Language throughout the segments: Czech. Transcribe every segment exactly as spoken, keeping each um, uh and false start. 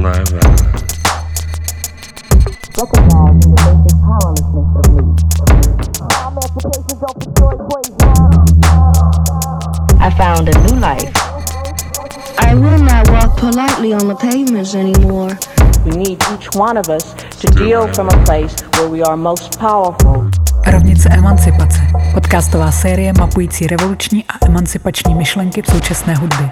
never. I found a new life. I will not walk politely on the pavements anymore. We need each one of us to deal from a place where we are most powerful. Rovnice emancipace. Podcastová série mapující revoluční a emancipační myšlenky v současné hudbě.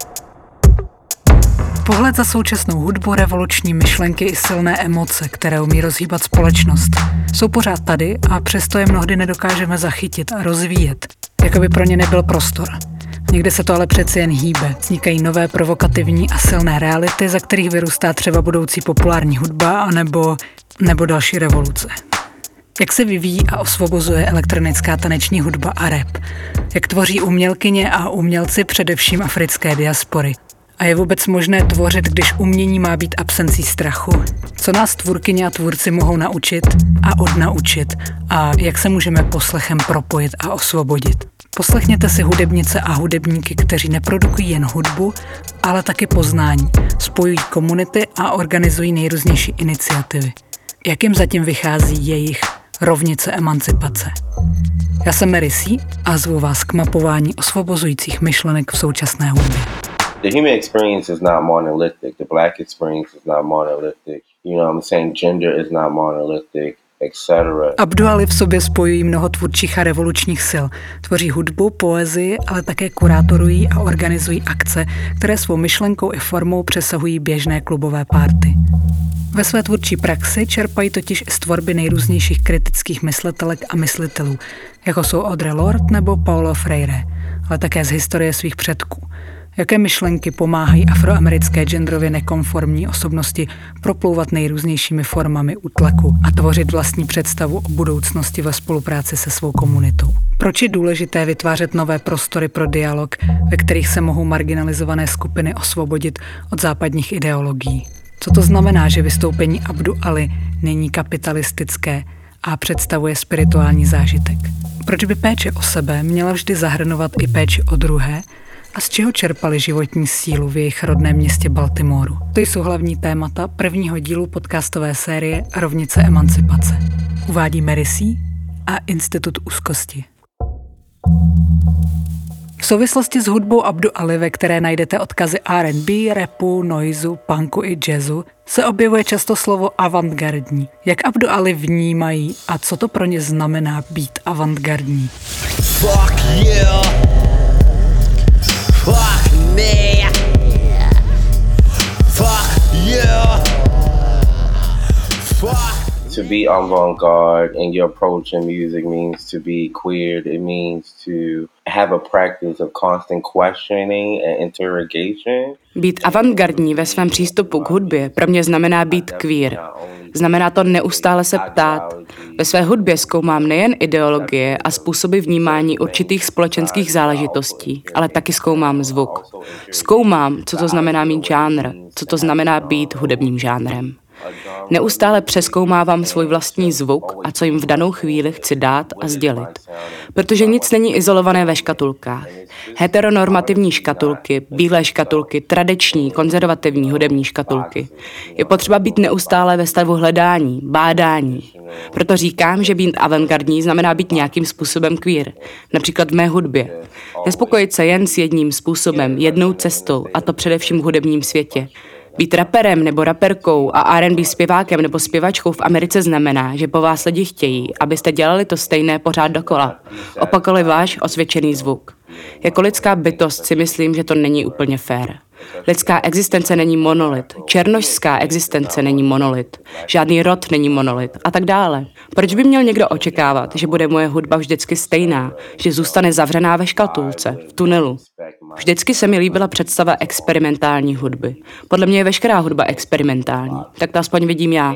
Pohled za současnou hudbu, revoluční myšlenky i silné emoce, které umí rozhýbat společnost, jsou pořád tady a přesto je mnohdy nedokážeme zachytit a rozvíjet, jako by pro ně nebyl prostor. Někde se to ale přeci jen hýbe, vznikají nové provokativní a silné reality, za kterých vyrůstá třeba budoucí populární hudba anebo, nebo další revoluce. Jak se vyvíjí a osvobozuje elektronická taneční hudba a rap? Jak tvoří umělkyně a umělci především africké diaspory? A je vůbec možné tvořit, když umění má být absencí strachu? Co nás tvůrkyně a tvůrci mohou naučit a odnaučit? A jak se můžeme poslechem propojit a osvobodit? Poslechněte si hudebnice a hudebníky, kteří neprodukují jen hudbu, ale taky poznání, spojují komunity a organizují nejrůznější iniciativy. Jak jim zatím vychází jejich rovnice emancipace? Já jsem Mary C. a zvu vás k mapování osvobozujících myšlenek v současné hudbě. The human experience is not monolithic. The black experience is not monolithic. You know what I'm saying? Gender is not monolithic, et cetera. Abdul Ali v sobě spojují mnoho tvůrčích a revolučních sil. Tvoří hudbu, poezii, ale také kurátorují a organizují akce, které svou myšlenkou i formou přesahují běžné klubové párty. Ve své tvůrčí praxi čerpají totiž i z tvorby nejrůznějších kritických mysletelek a myslitelů, jako jsou Audre Lorde nebo Paulo Freire, ale také z historie svých předků. Jaké myšlenky pomáhají afroamerické genderově nekonformní osobnosti proplouvat nejrůznějšími formami útlaku a tvořit vlastní představu o budoucnosti ve spolupráci se svou komunitou? Proč je důležité vytvářet nové prostory pro dialog, ve kterých se mohou marginalizované skupiny osvobodit od západních ideologií? Co to znamená, že vystoupení Abdu Ali není kapitalistické a představuje spirituální zážitek? Proč by péče o sebe měla vždy zahrnovat i péči o druhé? A z čeho čerpali životní sílu v jejich rodném městě Baltimoru? To jsou hlavní témata prvního dílu podcastové série Rovnice emancipace. Uvádí Mary C. a Institut úzkosti. V souvislosti s hudbou Abdu Ali, ve které najdete odkazy R and B, rapu, noizu, punku i jazzu, se objevuje často slovo avantgardní. Jak Abdu Ali vnímají a co to pro ně znamená být avantgardní? Fuck yeah! Fuck me! Fuck yeah! Fuck! To be avant-garde in your approach in music means to be queer. It means to have a practice of constant questioning and interrogation. Být avantgardní ve svém přístupu k hudbě pro mě znamená být queer. Znamená to neustále se ptát. Ve své hudbě zkoumám nejen ideologie a způsoby vnímání určitých společenských záležitostí, ale taky zkoumám zvuk. Zkoumám, co to znamená mít žánr, co to znamená být hudebním žánrem. Neustále přezkoumávám svůj vlastní zvuk a co jim v danou chvíli chci dát a sdělit. Protože nic není izolované ve škatulkách. Heteronormativní škatulky, bílé škatulky, tradiční, konzervativní hudební škatulky. Je potřeba být neustále ve stavu hledání, bádání. Proto říkám, že být avantgardní znamená být nějakým způsobem queer. Například v mé hudbě. Nespokojit se jen s jedním způsobem, jednou cestou, a to především v hudebním světě. Být raperem nebo raperkou a R and B zpěvákem nebo zpěvačkou v Americe znamená, že po vás lidi chtějí, abyste dělali to stejné pořád dokola. Opakovali váš osvědčený zvuk. Jako lidská bytost si myslím, že to není úplně fér. Lidská existence není monolit, černošská existence není monolit, žádný rod není monolit a tak dále. Proč by měl někdo očekávat, že bude moje hudba vždycky stejná, že zůstane zavřená ve škatulce, v tunelu? Vždycky se mi líbila představa experimentální hudby. Podle mě je veškerá hudba experimentální, tak to aspoň vidím já.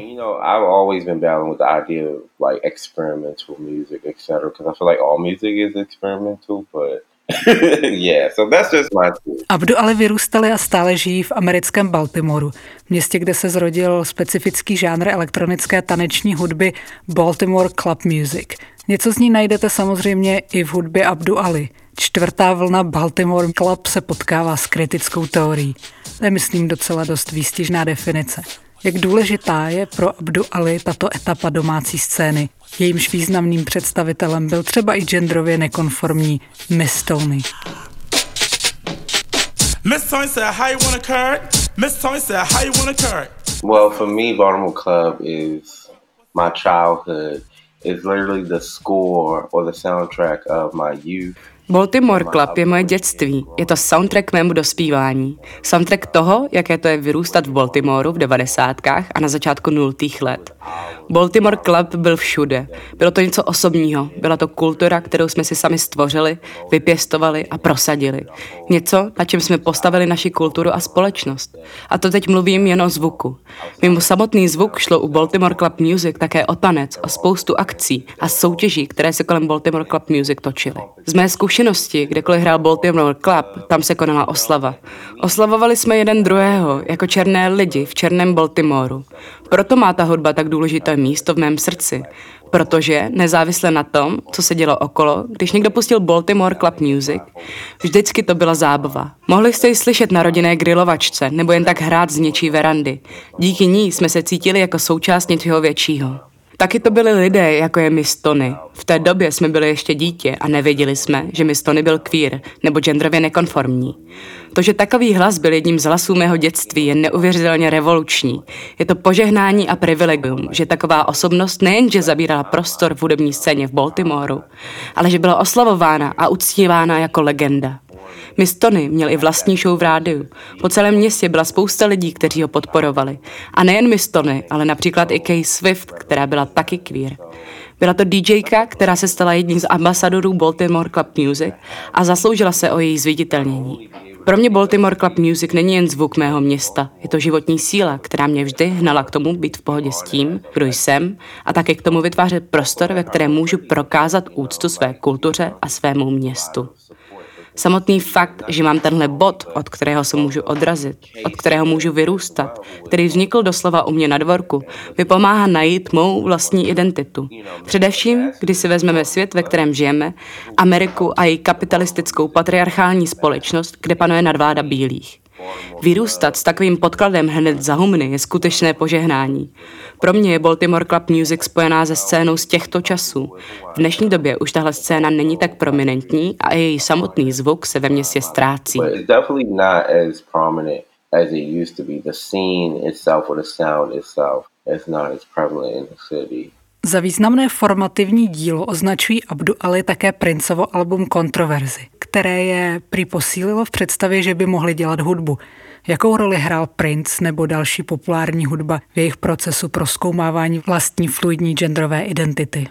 Yeah, so that's just my thing. Abdu Ali vyrůstali a stále žijí v americkém Baltimoru, městě, kde se zrodil specifický žánr elektronické taneční hudby Baltimore Club Music. Něco z ní najdete samozřejmě i v hudbě Abdu Ali. Čtvrtá vlna Baltimore Club se potkává s kritickou teorií. To je, myslím, docela dost výstižná definice. Jak důležitá je pro Abdu Ali tato etapa domácí scény? Jejímž významným představitelem byl třeba i genderově nekonformní Miss Tony. Miss Tony said, how you want a card? Miss Tony said, how you want a card? Well, for me, Baltimore Club is my childhood. It's literally the score or the soundtrack of my youth. Baltimore Club je moje dětství. Je to soundtrack mému dospívání. Soundtrack toho, jaké to je vyrůstat v Baltimoru v devadesátkách a na začátku nultých let. Baltimore Club byl všude. Bylo to něco osobního. Byla to kultura, kterou jsme si sami stvořili, vypěstovali a prosadili. Něco, na čem jsme postavili naši kulturu a společnost. A to teď mluvím jen o zvuku. Mimo samotný zvuk šlo u Baltimore Club Music také o tanec, o spoustu akcí a soutěží, které se kolem Baltimore Club Music točily. Z mé zkušenosti, kdekoliv hrál Baltimore Club, tam se konala oslava. Oslavovali jsme jeden druhého, jako černé lidi v černém Baltimoru. Proto má ta hudba tak důležité místo v mém srdci. Protože, nezávisle na tom, co se dělo okolo, když někdo pustil Baltimore Club Music, vždycky to byla zábava. Mohli jste ji slyšet na rodinné grilovačce nebo jen tak hrát z něčí verandy. Díky ní jsme se cítili jako součást něčeho většího. Taky to byli lidé, jako je Miss Tony. V té době jsme byli ještě dítě a nevěděli jsme, že Miss Tony byl queer nebo genderově nekonformní. To, že takový hlas byl jedním z hlasů mého dětství, je neuvěřitelně revoluční. Je to požehnání a privilegium, že taková osobnost nejenže zabírala prostor v hudební scéně v Baltimoru, ale že byla oslavována a uctívána jako legenda. Miss Tony měl i vlastní show v rádiu. Po celém městě byla spousta lidí, kteří ho podporovali. A nejen Miss Tony, ale například i Kay Swift, která byla taky queer. Byla to DJka, která se stala jedním z ambasadorů Baltimore Club Music a zasloužila se o její zviditelnění. Pro mě Baltimore Club Music není jen zvuk mého města, je to životní síla, která mě vždy hnala k tomu být v pohodě s tím, kdo jsem, a také k tomu vytvářet prostor, ve kterém můžu prokázat úctu své kultuře a svému městu. Samotný fakt, že mám tenhle bod, od kterého se můžu odrazit, od kterého můžu vyrůstat, který vznikl doslova u mě na dvorku, mi pomáhá najít mou vlastní identitu. Především, když si vezmeme svět, ve kterém žijeme, Ameriku a její kapitalistickou patriarchální společnost, kde panuje nadvláda bílých. Vyrůstat s takovým podkladem hned za humny je skutečné požehnání. Pro mě je Baltimore Club Music spojená se scénou z těchto časů. V dnešní době už tahle scéna není tak prominentní a její samotný zvuk se ve městě ztrácí. Za významné formativní dílo označují Abdu Ali také Princeovo album Kontroverzi, které je prý posílilo v představě, že by mohli dělat hudbu. Jakou roli hrál Prince nebo další populární hudba v jejich procesu prozkoumávání vlastní fluidní genderové identity?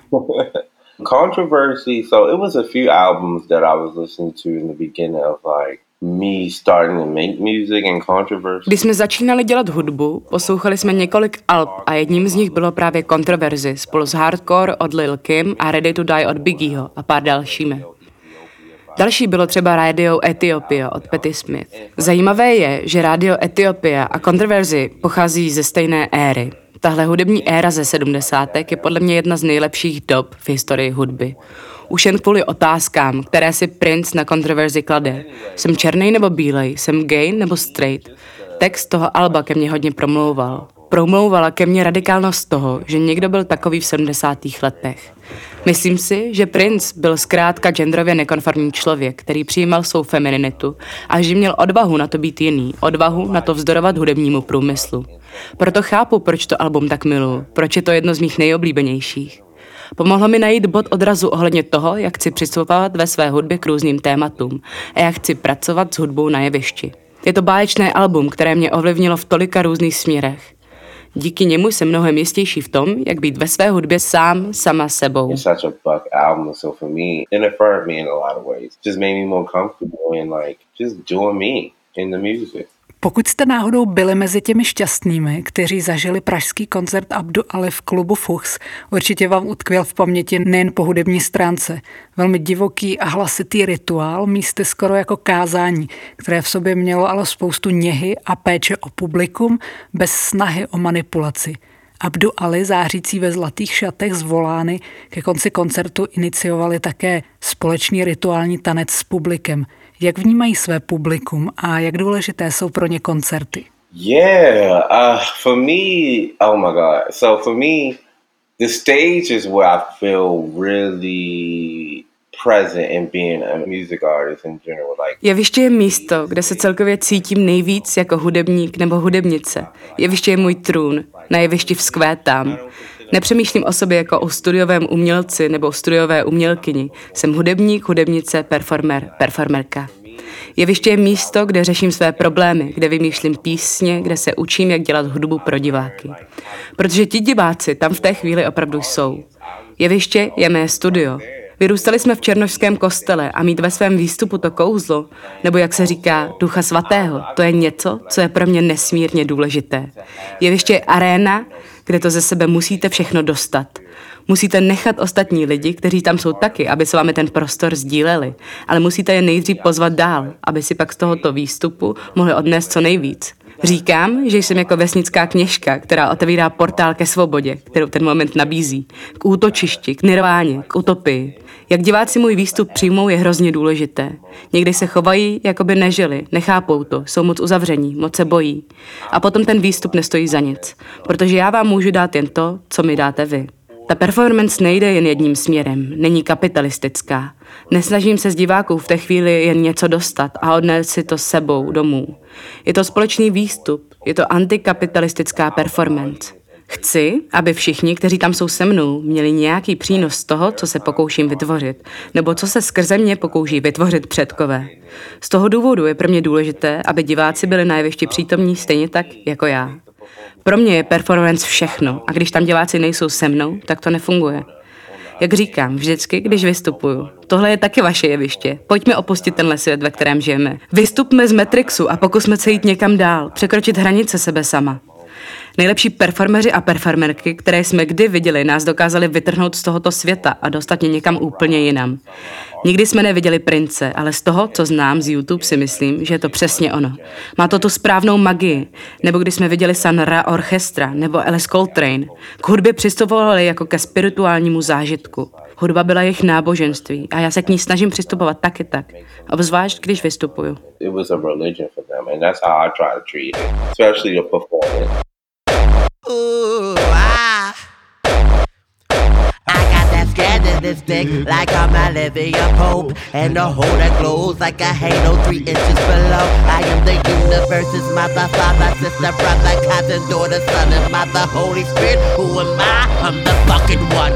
Controversy, so it was a few albums that I was listening to in the beginning of like me starting to make music and Controversy. Když jsme začínali dělat hudbu, poslouchali jsme několik alb a jedním z nich bylo právě Kontroverzi spolu s Hardcore od Lil Kim a Ready to Die od Biggieho a pár dalšími. Další bylo třeba Radio Ethiopia od Patti Smith. Zajímavé je, že Radio Ethiopia a Kontroverzi pochází ze stejné éry. Tahle hudební éra ze sedmdesátek je podle mě jedna z nejlepších dob v historii hudby. Už jen kvůli otázkám, které si Prince na Kontroverzi klade. Jsem černý nebo bílej, jsem gay nebo straight. Text toho alba ke mně hodně promlouval. Promlouvala ke mně radikálnost toho, že někdo byl takový v sedmdesátých letech. Myslím si, že Prince byl zkrátka genderově nekonformní člověk, který přijímal svou femininitu a že měl odvahu na to být jiný, odvahu na to vzdorovat hudebnímu průmyslu. Proto chápu, proč to album tak miluji, proč je to jedno z mých nejoblíbenějších. Pomohlo mi najít bod odrazu ohledně toho, jak chci přistupovat ve své hudbě k různým tématům a jak chci pracovat s hudbou na jevišti. Je to báječné album, které mě ovlivnilo v tolika různých směrech. Díky němu jsem mnohem jistější v tom, jak být ve své hudbě sám, sama sebou. It's such a buck album, so for me, it affirmed me in a lot of ways. Just made me more comfortable in like just doing me in the music. Pokud jste náhodou byli mezi těmi šťastnými, kteří zažili pražský koncert Abdu Ali v klubu Fuchs, určitě vám utkvěl v paměti nejen po hudební stránce. Velmi divoký a hlasitý rituál, místy skoro jako kázání, které v sobě mělo ale spoustu něhy a péče o publikum, bez snahy o manipulaci. Abdu Ali, zářící ve zlatých šatech z volány, ke konci koncertu iniciovali také společný rituální tanec s publikem. Jak vnímají své publikum a jak důležité jsou pro ně koncerty? Yeah, uh, for me, oh my God. So for me, the stage is where I feel really present in being a music artist in general. Like, jeviště je místo, kde se celkově cítím nejvíc jako hudebník nebo hudebnice. Jeviště je můj trůn, na jevišti vzkvétám. Nepřemýšlím o sobě jako o studiovém umělci nebo o studiové umělkyni. Jsem hudebník, hudebnice, performer, performerka. Jeviště je místo, kde řeším své problémy, kde vymýšlím písně, kde se učím, jak dělat hudbu pro diváky. Protože ti diváci tam v té chvíli opravdu jsou. Jeviště je mé studio. Vyrůstali jsme v černošském kostele a mít ve svém výstupu to kouzlo, nebo jak se říká, Ducha svatého, to je něco, co je pro mě nesmírně důležité. Jeviště je aréna, kde to ze sebe musíte všechno dostat. Musíte nechat ostatní lidi, kteří tam jsou taky, aby s vámi ten prostor sdíleli, ale musíte je nejdřív pozvat dál, aby si pak z tohoto výstupu mohli odnést co nejvíc. Říkám, že jsem jako vesnická kněžka, která otevírá portál ke svobodě, kterou ten moment nabízí, k útočišti, k nirváně, k utopii. Jak diváci můj výstup přijmou, je hrozně důležité. Někdy se chovají, jako by nežili, nechápou to, jsou moc uzavření, moc se bojí. A potom ten výstup nestojí za nic, protože já vám můžu dát jen to, co mi dáte vy. Ta performance nejde jen jedním směrem, není kapitalistická. Nesnažím se z diváků v té chvíli jen něco dostat a odnést si to s sebou domů. Je to společný výstup, je to antikapitalistická performance. Chci, aby všichni, kteří tam jsou se mnou, měli nějaký přínos z toho, co se pokouším vytvořit, nebo co se skrze mě pokouší vytvořit předkové. Z toho důvodu je pro mě důležité, aby diváci byli na jevišti přítomní stejně tak, jako já. Pro mě je performance všechno a když tam diváci nejsou se mnou, tak to nefunguje. Jak říkám, vždycky, když vystupuju. Tohle je taky vaše jeviště. Pojďme opustit tenhle svět, ve kterém žijeme. Vystupme z Matrixu a pokusme se jít někam dál, překročit hranice sebe sama. Nejlepší performeři a performerky, které jsme kdy viděli, nás dokázali vytrhnout z tohoto světa a dostat mě někam úplně jinam. Nikdy jsme neviděli Prince, ale z toho, co znám z YouTube, si myslím, že je to přesně ono. Má to tu správnou magii. Nebo když jsme viděli Sun Ra Orchestra nebo Alice Coltrane. K hudbě přistupovali jako ke spirituálnímu zážitku. Hudba byla jejich náboženství a já se k ní snažím přistupovat taky tak. Obzvlášť, když vystupuju. it was a religion for them, and that's how I try to treat it, especially the performance. Ooh, ah. I got that scandalous dick like I'm Olivia Pope, and the hole that glows like a halo three inches below. I am the universe's mother, father, sister, brother, cousin, daughter, son, and mother, Holy Spirit. Who am I? I'm the fucking one.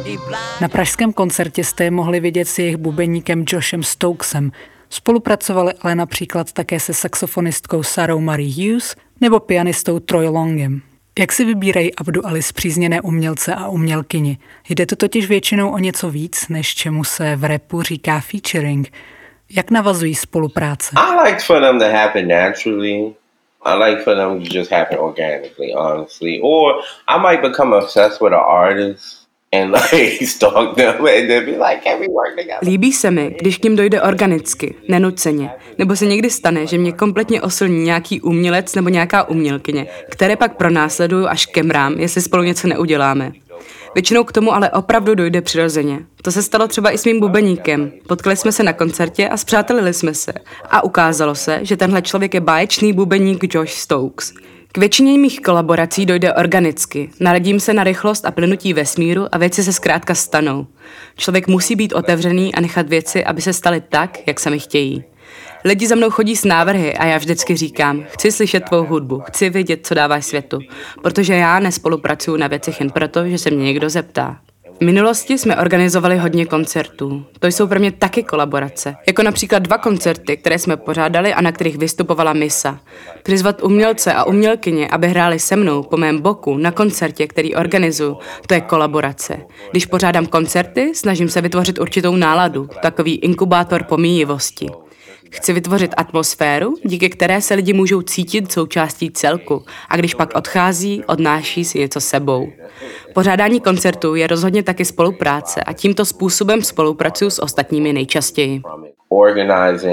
Na pražském koncertě jste je mohli vidět s jejich bubeníkem Joshem Stokesem. Spolupracovali ale například také se saxofonistkou Sarah Marie Hughes nebo pianistou Troy Longem. Jak si vybírají Abdu Ali spřízněné umělce a umělkyni? Jde to totiž většinou o něco víc, než čemu se v rapu říká featuring. Jak navazují spolupráce? I like for them to happen naturally. I like for them to just happen organically, honestly. Or I might become obsessed with an artist and like stalk them and then be like, can we work together? Líbí se mi, když k ním dojde organicky, nenuceně. Nebo se někdy stane, že mě kompletně oslní nějaký umělec nebo nějaká umělkyně, které pak pronásleduju až kemrám, jestli spolu něco neuděláme. Většinou k tomu ale opravdu dojde přirozeně. To se stalo třeba i s mým bubeníkem. Potkali jsme se na koncertě a spřátelili jsme se. A ukázalo se, že tenhle člověk je báječný bubeník Josh Stokes. K většině mých kolaborací dojde organicky. Naladím se na rychlost a plynutí vesmíru a věci se zkrátka stanou. Člověk musí být otevřený a nechat věci, aby se staly tak, jak se mi chtějí. Lidi za mnou chodí s návrhy a já vždycky říkám, chci slyšet tvou hudbu, chci vědět, co dáváš světu, protože já nespolupracuju na věcech jen proto, že se mě někdo zeptá. V minulosti jsme organizovali hodně koncertů. To jsou pro mě taky kolaborace. Jako například dva koncerty, které jsme pořádali a na kterých vystupovala Misa. Přizvat umělce a umělkyně, aby hráli se mnou po mém boku na koncertě, který organizuju, to je kolaborace. Když pořádám koncerty, snažím se vytvořit určitou náladu, takový inkubátor pomíjivosti. Chci vytvořit atmosféru, díky které se lidi můžou cítit součástí celku a když pak odchází, odnáší si něco sebou. Pořádání koncertů je rozhodně taky spolupráce a tímto způsobem spolupracuju s ostatními nejčastěji. Organizing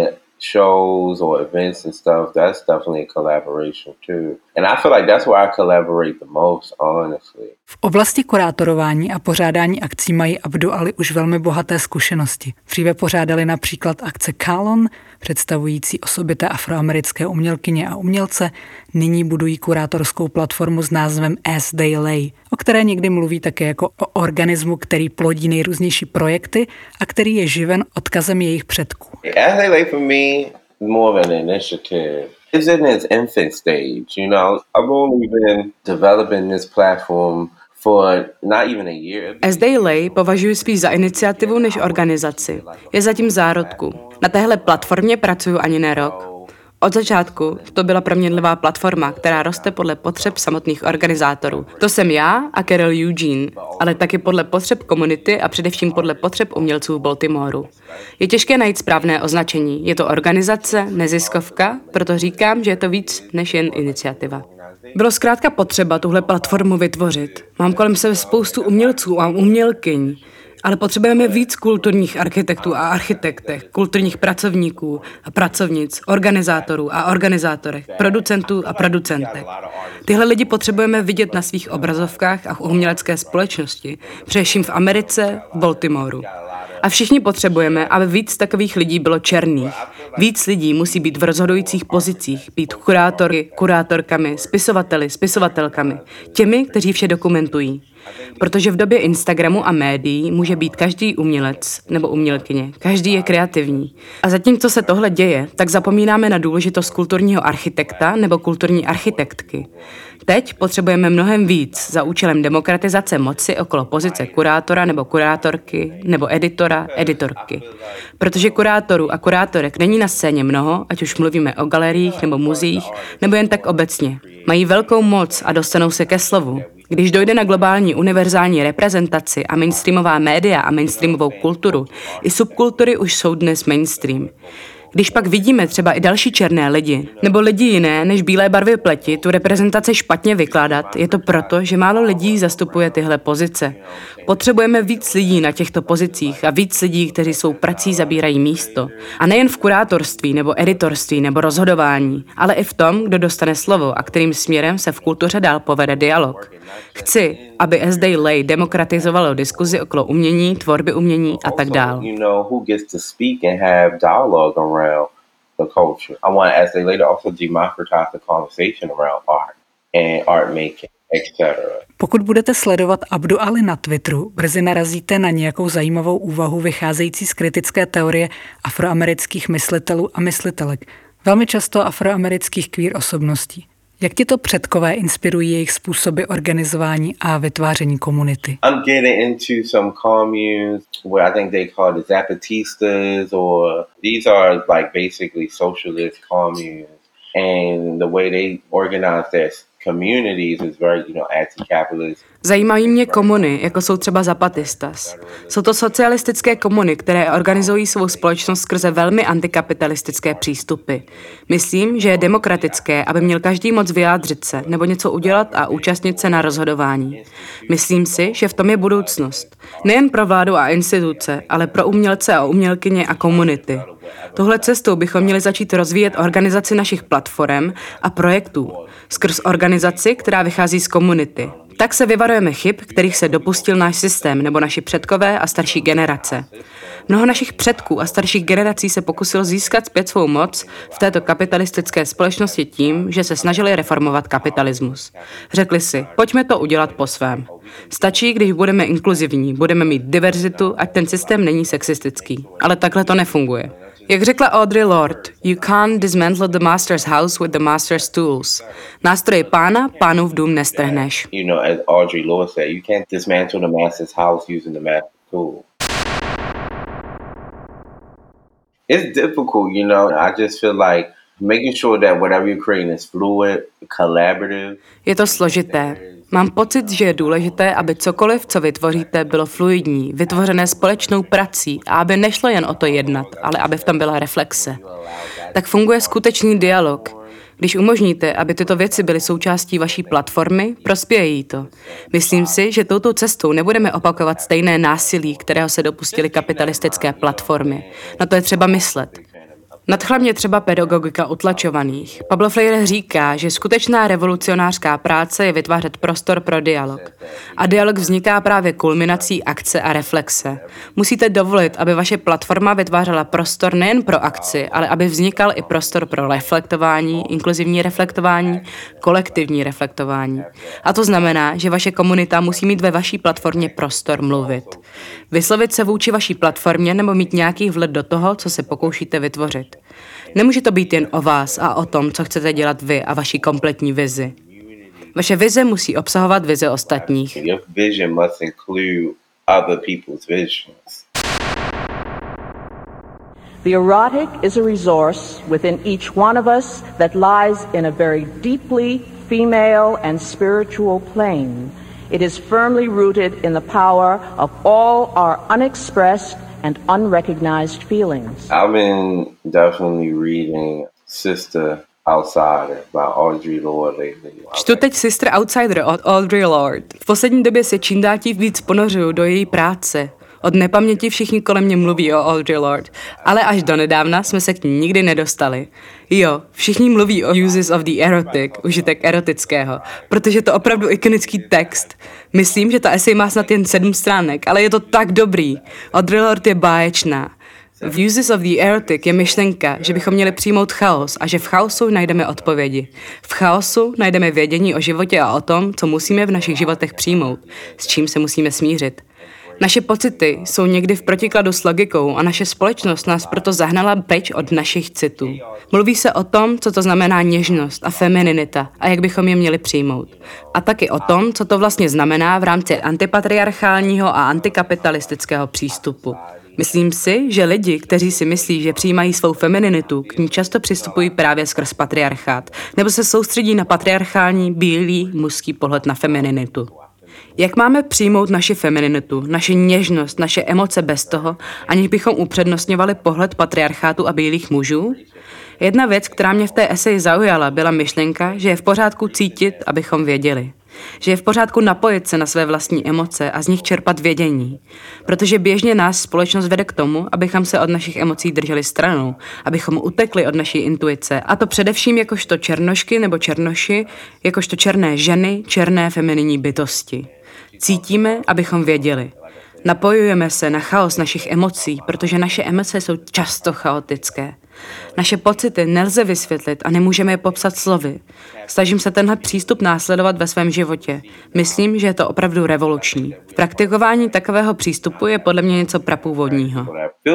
shows or events and stuff, that's definitely a collaboration too. And I feel like that's where I collaborate the most, honestly. V oblasti kurátorování a pořádání akcí mají Abdu Ali už velmi bohaté zkušenosti. Dříve pořádali například akce Kalon, představující osobité afroamerické umělkyně a umělce, nyní budují kurátorskou platformu s názvem As They Lay, o které někdy mluví také jako o organismu, který plodí nejrůznější projekty a který je živen odkazem jejich předků. As They Lay for me, more of an initiative. It's in its infant stage, you know. I've only been developing this platform for not even a year. As They Lay považuji spíš za iniciativu než organizaci. Je zatím v zárodku. Na téhle platformě pracuju ani ne rok. Od začátku to byla proměnlivá platforma, která roste podle potřeb samotných organizátorů. To jsem já a Carol Eugene, ale taky podle potřeb komunity a především podle potřeb umělců v Baltimoru. Je těžké najít správné označení. Je to organizace, neziskovka, proto říkám, že je to víc než jen iniciativa. Bylo zkrátka potřeba tuhle platformu vytvořit. Mám kolem sebe spoustu umělců a umělkyň, ale potřebujeme víc kulturních architektů a architektek, kulturních pracovníků a pracovnic, organizátorů a organizátorek, producentů a producentek. Tyhle lidi potřebujeme vidět na svých obrazovkách a v umělecké společnosti, především v Americe, v Baltimoru. A všichni potřebujeme, aby víc takových lidí bylo černých. Víc lidí musí být v rozhodujících pozicích, být kurátory, kurátorkami, spisovateli, spisovatelkami, těmi, kteří vše dokumentují. Protože v době Instagramu a médií může být každý umělec nebo umělkyně, každý je kreativní. A zatímco se tohle děje, tak zapomínáme na důležitost kulturního architekta nebo kulturní architektky. Teď potřebujeme mnohem víc za účelem demokratizace moci okolo pozice kurátora nebo kurátorky nebo editora, editorky. Protože kurátorů a kurátorek není na scéně mnoho, ať už mluvíme o galeriích nebo muzeích, nebo jen tak obecně. Mají velkou moc a dostanou se ke slovu. Když dojde na globální univerzální reprezentaci a mainstreamová média a mainstreamovou kulturu, i subkultury už jsou dnes mainstream. Když pak vidíme třeba i další černé lidi, nebo lidi jiné než bílé barvy pleti, tu reprezentaci špatně vykládat, je to proto, že málo lidí zastupuje tyhle pozice. Potřebujeme víc lidí na těchto pozicích a víc lidí, kteří svou prací zabírají místo. A nejen v kurátorství nebo editorství nebo rozhodování, ale i v tom, kdo dostane slovo a kterým směrem se v kultuře dál povede dialog. Chci, aby As They Lay demokratizovalo diskuzi okolo umění, tvorby umění a tak dál. The culture. I want As They Lay to also democratize the conversation around art and art making, et cetera. Pokud budete sledovat Abdu Ali na Twitteru, brzy narazíte na nějakou zajímavou úvahu vycházející z kritické teorie afroamerických myslitelů a myslitelek, velmi často afroamerických queer osobností. Jak ti to předkové inspirují jejich způsoby organizování a vytváření komunity? I'm getting into some communes where I think they call the Zapatistas, or these are like basically socialist communes, and the way they organize their communities is very, you know, anti-capitalist. Zajímají mě komuny, jako jsou třeba Zapatistas. Jsou to socialistické komuny, které organizují svou společnost skrze velmi antikapitalistické přístupy. Myslím, že je demokratické, aby měl každý moc vyjádřit se nebo něco udělat a účastnit se na rozhodování. Myslím si, že v tom je budoucnost. Nejen pro vládu a instituce, ale pro umělce a umělkyně a komunity. Tohle cestou bychom měli začít rozvíjet organizaci našich platform a projektů skrz organizaci, která vychází z komunity. Tak se vyvarujeme chyb, kterých se dopustil náš systém nebo naši předkové a starší generace. Mnoho našich předků a starších generací se pokusilo získat zpět svou moc v této kapitalistické společnosti tím, že se snažili reformovat kapitalismus. Řekli si, pojďme to udělat po svém. Stačí, když budeme inkluzivní, budeme mít diverzitu, ať ten systém není sexistický. Ale takhle to nefunguje. Jak řekla Audre Lorde, you can't dismantle the master's house with the master's tools. Nástroje pána, pánův dům nestrhneš. You know, as Audre Lorde said, you can't dismantle the master's house using the master's tool. It's difficult, you know. I just feel like making sure that whatever you're creating is fluid, collaborative. Je to složité. Mám pocit, že je důležité, aby cokoliv, co vytvoříte, bylo fluidní, vytvořené společnou prací a aby nešlo jen o to jednat, ale aby v tom byla reflexe. Tak funguje skutečný dialog. Když umožníte, aby tyto věci byly součástí vaší platformy, prospěje jí to. Myslím si, že touto cestou nebudeme opakovat stejné násilí, kterého se dopustily kapitalistické platformy. Na to je třeba myslet. Nadchla mě třeba pedagogika utlačovaných. Pablo Freire říká, že skutečná revolucionářská práce je vytvářet prostor pro dialog. A dialog vzniká právě kulminací akce a reflexe. Musíte dovolit, aby vaše platforma vytvářela prostor nejen pro akci, ale aby vznikal i prostor pro reflektování, inkluzivní reflektování, kolektivní reflektování. A to znamená, že vaše komunita musí mít ve vaší platformě prostor mluvit. Vyslovit se vůči vaší platformě nebo mít nějaký vhled do toho, co se pokoušíte vytvořit. Nemůže to být jen o vás a o tom, co chcete dělat vy a vaší kompletní vizi. Vaše vize musí obsahovat vize ostatních. Your vision must include other people's visions. The erotic is a resource within each one of us that lies in a very deeply female and spiritual plane. It is firmly rooted in the power of all our unexpressed and unrecognized feelings. I've been definitely reading Sister Outsider by Audre Lorde lately. Čtu teď Sister Outsider od Audre Lorde. V poslední době se čím dál tím víc ponořuju do její práce. Od nepaměti všichni kolem mě mluví o Audre Lorde, ale až do nedávna jsme se k ní nikdy nedostali. Jo, všichni mluví o uses of the erotic, užitek erotického, protože to opravdu ikonický text. Myslím, že ta esej má snad jen sedm stránek, ale je to tak dobrý. Audre Lorde je báječná. V uses of the erotic je myšlenka, že bychom měli přijmout chaos a že v chaosu najdeme odpovědi. V chaosu najdeme vědění o životě a o tom, co musíme v našich životech přijmout, s čím se musíme smířit. Naše pocity jsou někdy v protikladu s logikou a naše společnost nás proto zahnala pryč od našich citů. Mluví se o tom, co to znamená něžnost a femininita a jak bychom je měli přijmout. A taky o tom, co to vlastně znamená v rámci antipatriarchálního a antikapitalistického přístupu. Myslím si, že lidi, kteří si myslí, že přijímají svou femininitu, k ní často přistupují právě skrz patriarchát, nebo se soustředí na patriarchální, bílý, mužský pohled na femininitu. Jak máme přijmout naši femininitu, naši něžnost, naše emoce bez toho, aniž bychom upřednostňovali pohled patriarchátu a bílých mužů? Jedna věc, která mě v té eseji zaujala, byla myšlenka, že je v pořádku cítit, abychom věděli. Že je v pořádku napojit se na své vlastní emoce a z nich čerpat vědění. Protože běžně nás společnost vede k tomu, abychom se od našich emocí drželi stranou, abychom utekli od naší intuice, a to především jakožto černošky nebo černoši, jakožto černé ženy, černé femininní bytosti. Cítíme, abychom věděli. Napojujeme se na chaos našich emocí, protože naše emoce jsou často chaotické. Naše pocity nelze vysvětlit a nemůžeme je popsat slovy. Snažím se tenhle přístup následovat ve svém životě. Myslím, že je to opravdu revoluční. V praktikování takového přístupu je podle mě něco prapůvodního.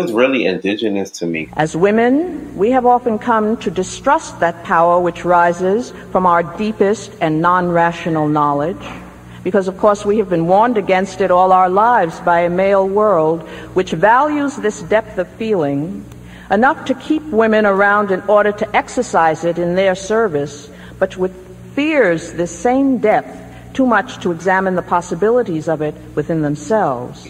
As women, we have often come to distrust that power which rises from our deepest and non-rational knowledge. Because, of course, we have been warned against it all our lives by a male world which values this depth of feeling enough to keep women around in order to exercise it in their service, but which fears this same depth too much to examine the possibilities of it within themselves.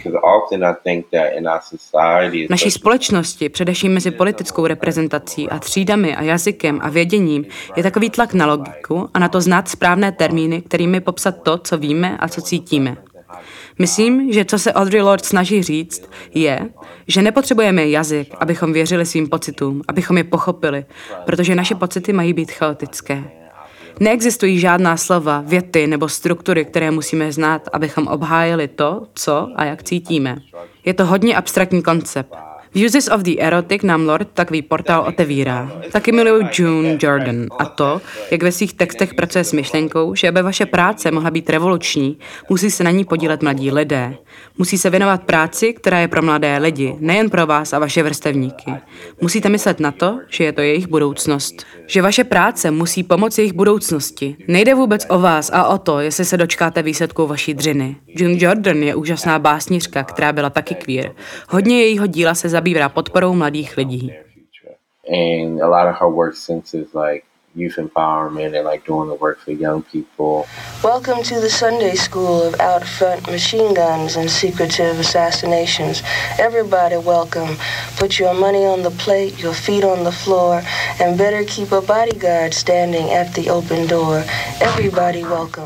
V naší společnosti, především mezi politickou reprezentací a třídami a jazykem a věděním, je takový tlak na logiku a na to znát správné termíny, kterými popsat to, co víme a co cítíme. Myslím, že co se Audre Lorde snaží říct, je, že nepotřebujeme jazyk, abychom věřili svým pocitům, abychom je pochopili, protože naše pocity mají být chaotické. Neexistují žádná slova, věty nebo struktury, které musíme znát, abychom obhájili to, co a jak cítíme. Je to hodně abstraktní koncept. V Uses of the Erotic nám Lorde takový portál otevírá. Taky miluju June Jordan a to, jak ve svých textech pracuje s myšlenkou, že aby vaše práce mohla být revoluční, musí se na ní podílet mladí lidé. Musí se věnovat práci, která je pro mladé lidi, nejen pro vás a vaše vrstevníky. Musíte myslet na to, že je to jejich budoucnost. Že vaše práce musí pomoct jejich budoucnosti. Nejde vůbec o vás a o to, jestli se dočkáte výsledku vaší dřiny. June Jordan je úžasná básnířka, která byla taky queer. Hodně jejího díla se zabývá podporou mladých lidí. And a lot of her work centers like youth empowerment and like doing the work for young people. Welcome to the Sunday School of Out Front Machine Guns and Secretive Assassinations. Everybody welcome. Put your money on the plate, your feet on the floor, and better keep a bodyguard standing at the open door. Everybody welcome.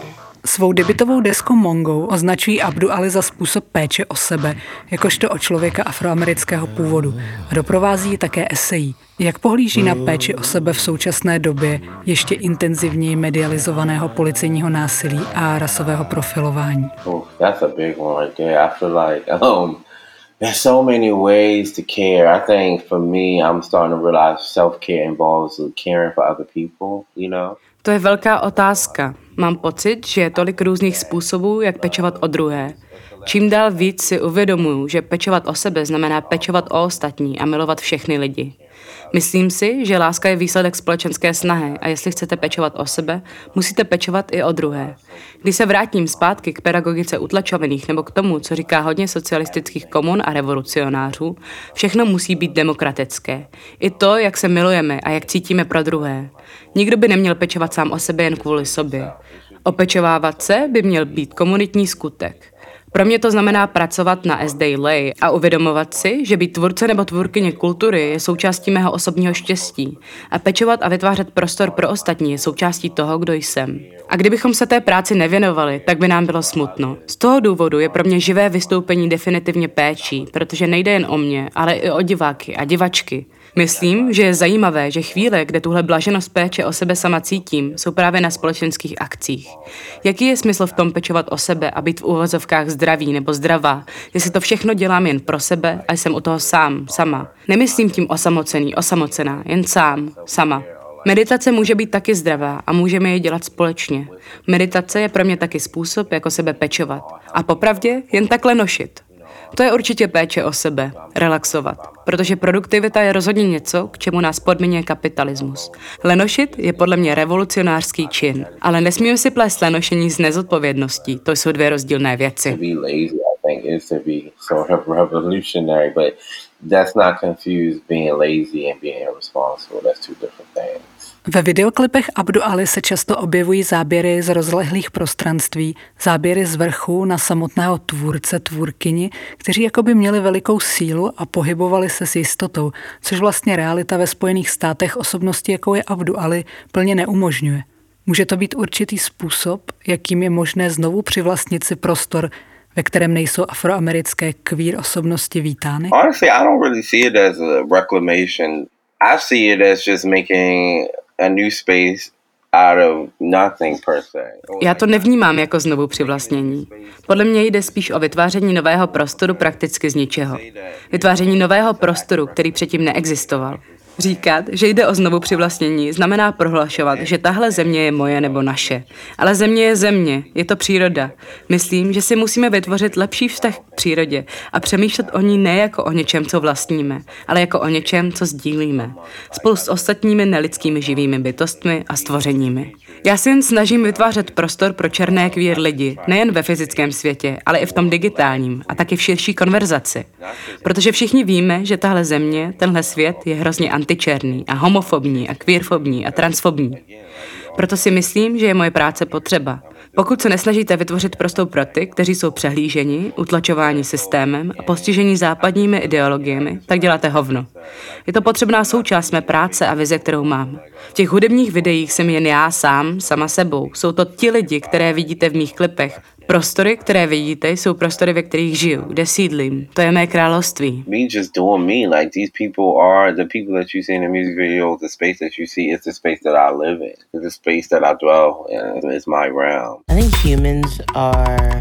Svou debutovou deskou Mongo označují Abdu Ali za způsob péče o sebe, jakožto o člověka afroamerického původu, a doprovází ji také esejí, jak pohlíží na péči o sebe v současné době ještě intenzivněji medializovaného policejního násilí a rasového profilování. Oh, that's a big one right there. I feel like um, there's so many ways to care. I think for me, I'm starting to realize self-care involves caring for other people, you know? To je velká otázka. Mám pocit, že je tolik různých způsobů, jak pečovat o druhé. Čím dál víc si uvědomuju, že pečovat o sebe znamená pečovat o ostatní a milovat všechny lidi. Myslím si, že láska je výsledek společenské snahy a jestli chcete pečovat o sebe, musíte pečovat i o druhé. Když se vrátím zpátky k pedagogice utlačovaných nebo k tomu, co říká hodně socialistických komun a revolucionářů, všechno musí být demokratické. I to, jak se milujeme a jak cítíme pro druhé. Nikdo by neměl pečovat sám o sebe jen kvůli sobě. Opečovávat se by měl být komunitní skutek. Pro mě to znamená pracovat na S D Lay a uvědomovat si, že být tvůrce nebo tvůrkyně kultury je součástí mého osobního štěstí a pečovat a vytvářet prostor pro ostatní je součástí toho, kdo jsem. A kdybychom se té práci nevěnovali, tak by nám bylo smutno. Z toho důvodu je pro mě živé vystoupení definitivně péčí, protože nejde jen o mě, ale i o diváky a divačky. Myslím, že je zajímavé, že chvíle, kde tuhle blaženost péče o sebe sama cítím, jsou právě na společenských akcích. Jaký je smysl v tom pečovat o sebe a být v uvozovkách zdraví nebo zdravá, jestli to všechno dělám jen pro sebe a jsem u toho sám, sama. Nemyslím tím osamocený, osamocená, jen sám, sama. Meditace může být taky zdravá a můžeme ji dělat společně. Meditace je pro mě taky způsob, jako sebe pečovat. A popravdě jen takhle nošit. To je určitě péče o sebe, relaxovat, protože produktivita je rozhodně něco, k čemu nás podmiňuje kapitalismus. Lenošit je podle mě revolucionářský čin, ale nesmíme si plést lenošení s nezodpovědností, to jsou dvě rozdílné věci. Ve videoklipech Abdu Ali se často objevují záběry z rozlehlých prostranství, záběry z vrchu na samotného tvůrce, tvůrkyni, kteří jakoby měli velikou sílu a pohybovali se s jistotou, což vlastně realita ve Spojených státech osobnosti, jakou je Abdu Ali, plně neumožňuje. Může to být určitý způsob, jakým je možné znovu přivlastnit si prostor, ve kterém nejsou afroamerické queer osobnosti vítány? Honestly, I don't really see it as a reclamation. I see it as just making a new space out of nothing per se. Já to nevnímám jako znovu přivlastnění. Podle mě jde spíš o vytváření nového prostoru prakticky z ničeho. Vytváření nového prostoru, který předtím neexistoval. Říkat, že jde o znovu přivlastnění, znamená prohlašovat, že tahle země je moje nebo naše. Ale země je země, je to příroda. Myslím, že si musíme vytvořit lepší vztah k přírodě a přemýšlet o ní ne jako o něčem, co vlastníme, ale jako o něčem, co sdílíme. Spolu s ostatními nelidskými živými bytostmi a stvořeními. Já si jen snažím vytvářet prostor pro černé queer lidi, nejen ve fyzickém světě, ale i v tom digitálním a taky v širší konverzaci. Protože všichni víme, že tahle země, tenhle svět je hrozně antičerný a homofobní a queerfobní a transfobní. Proto si myslím, že je moje práce potřeba. Pokud se nesnažíte vytvořit prostor pro ty, kteří jsou přehlíženi, utlačováni systémem a postižení západními ideologiemi, tak děláte hovno. Je to potřebná součást mé práce a vize, kterou mám. V těch hudebních videích jsem jen já sám, sama sebou. Jsou to ti lidi, které vidíte v mých klipech. Prostory, které vidíte, jsou prostory, ve kterých žiju, kde sídlím. To je mé království. Me just doing me, like these people are the people that you see in the music video, the space that you see, it's the space that I live in. It's the space that I dwell in. It's my realm. I think humans are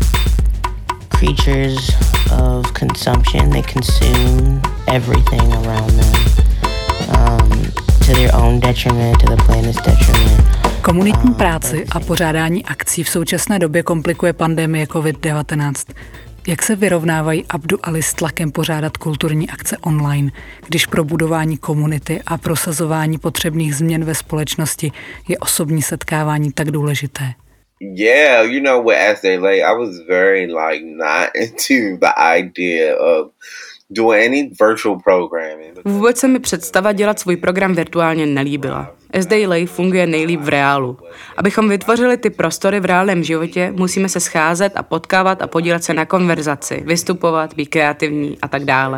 creatures of consumption. They consume everything around them um, to their own detriment, to the planet's detriment. Komunitní práci a pořádání akcí v současné době komplikuje pandemie covid devatenáct. Jak se vyrovnávají Abdu Ali s tlakem pořádat kulturní akce online, když pro budování komunity a prosazování potřebných změn ve společnosti je osobní setkávání tak důležité? Yeah, you know, with As They Lay, I was very like not into the idea of doing any virtual programming. Vůbec se mi představa dělat svůj program virtuálně nelíbila. S D Lay funguje nejlíp v reálu. Abychom vytvořili ty prostory v reálném životě, musíme se scházet a potkávat a podílet se na konverzaci, vystupovat, být kreativní a tak dále.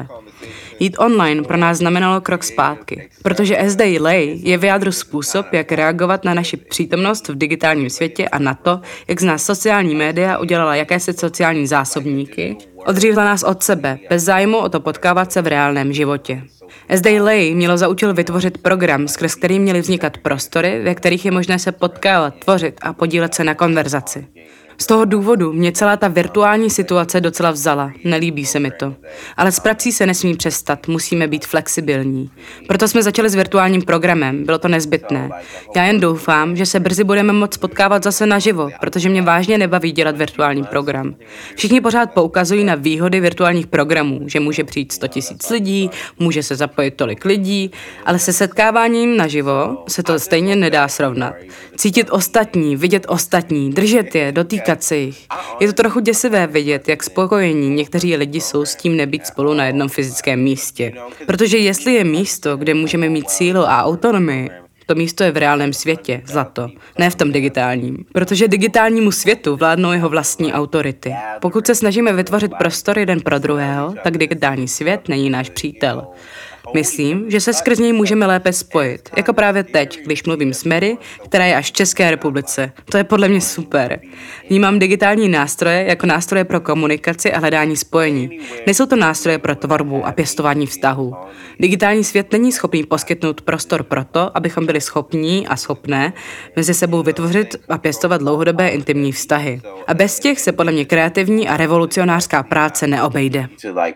Jít online pro nás znamenalo krok zpátky, protože S D Lay je v jádru způsob, jak reagovat na naši přítomnost v digitálním světě a na to, jak z nás sociální média udělala jakési sociální zásobníky, odřízla nás od sebe, bez zájmu o to potkávat se v reálném životě. S D Lay mělo za účel vytvořit program, skrz který měly vznikat prostory, ve kterých je možné se potkávat, tvořit a podílet se na konverzaci. Z toho důvodu mě celá ta virtuální situace docela vzala, nelíbí se mi to. Ale s prací se nesmí přestat, musíme být flexibilní. Proto jsme začali s virtuálním programem, bylo to nezbytné. Já jen doufám, že se brzy budeme moct potkávat zase naživo, protože mě vážně nebaví dělat virtuální program. Všichni pořád poukazují na výhody virtuálních programů, že může přijít sto tisíc lidí, může se zapojit tolik lidí, ale se setkáváním naživo se to stejně nedá srovnat. Cítit ostatní, vidět ostatní, držet je, dotýkat se jich. Je to trochu děsivé vidět, jak spokojení někteří lidi jsou s tím nebýt spolu na jednom fyzickém místě. Protože jestli je místo, kde můžeme mít sílu a autonomii, to místo je v reálném světě, zlato, ne v tom digitálním. Protože digitálnímu světu vládnou jeho vlastní autority. Pokud se snažíme vytvořit prostor jeden pro druhého, tak digitální svět není náš přítel. Myslím, že se skrz něj můžeme lépe spojit, jako právě teď, když mluvím s Mary, která je až v České republice. To je podle mě super. Vnímám digitální nástroje jako nástroje pro komunikaci a hledání spojení. Nejsou to nástroje pro tvorbu a pěstování vztahů. Digitální svět není schopný poskytnout prostor pro to, abychom byli schopní a schopné mezi sebou vytvořit a pěstovat dlouhodobé intimní vztahy. A bez těch se podle mě kreativní a revolucionářská práce neobejde.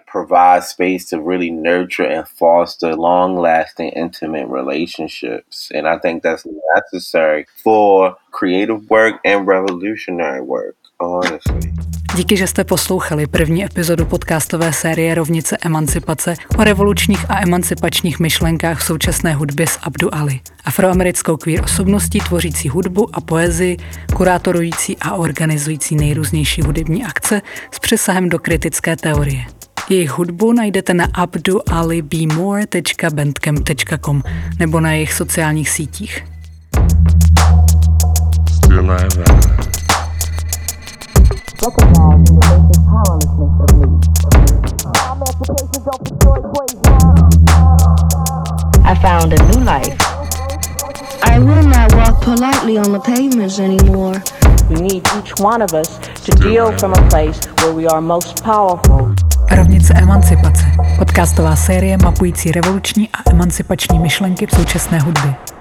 Foster long-lasting, intimate relationships, and I think that's necessary for creative work and revolutionary work, honestly. Díky, že jste poslouchali první epizodu podcastové série Rovnice emancipace o revolučních a emancipačních myšlenkách v současné hudbě s Abdu Ali, afroamerickou queer osobností tvořící hudbu a poezii, kurátorující a organizující nejrůznější hudební akce s přesahem do kritické teorie. Jejich hudbu najdete na abdu ali be more tečka bandcamp tečka com nebo na jejich sociálních sítích. I found a new life. I will not walk politely on the pavements anymore. We need each one of us to deal from a place where we are most powerful. Rovnice emancipace. Podcastová série mapující revoluční a emancipační myšlenky v současné hudbě.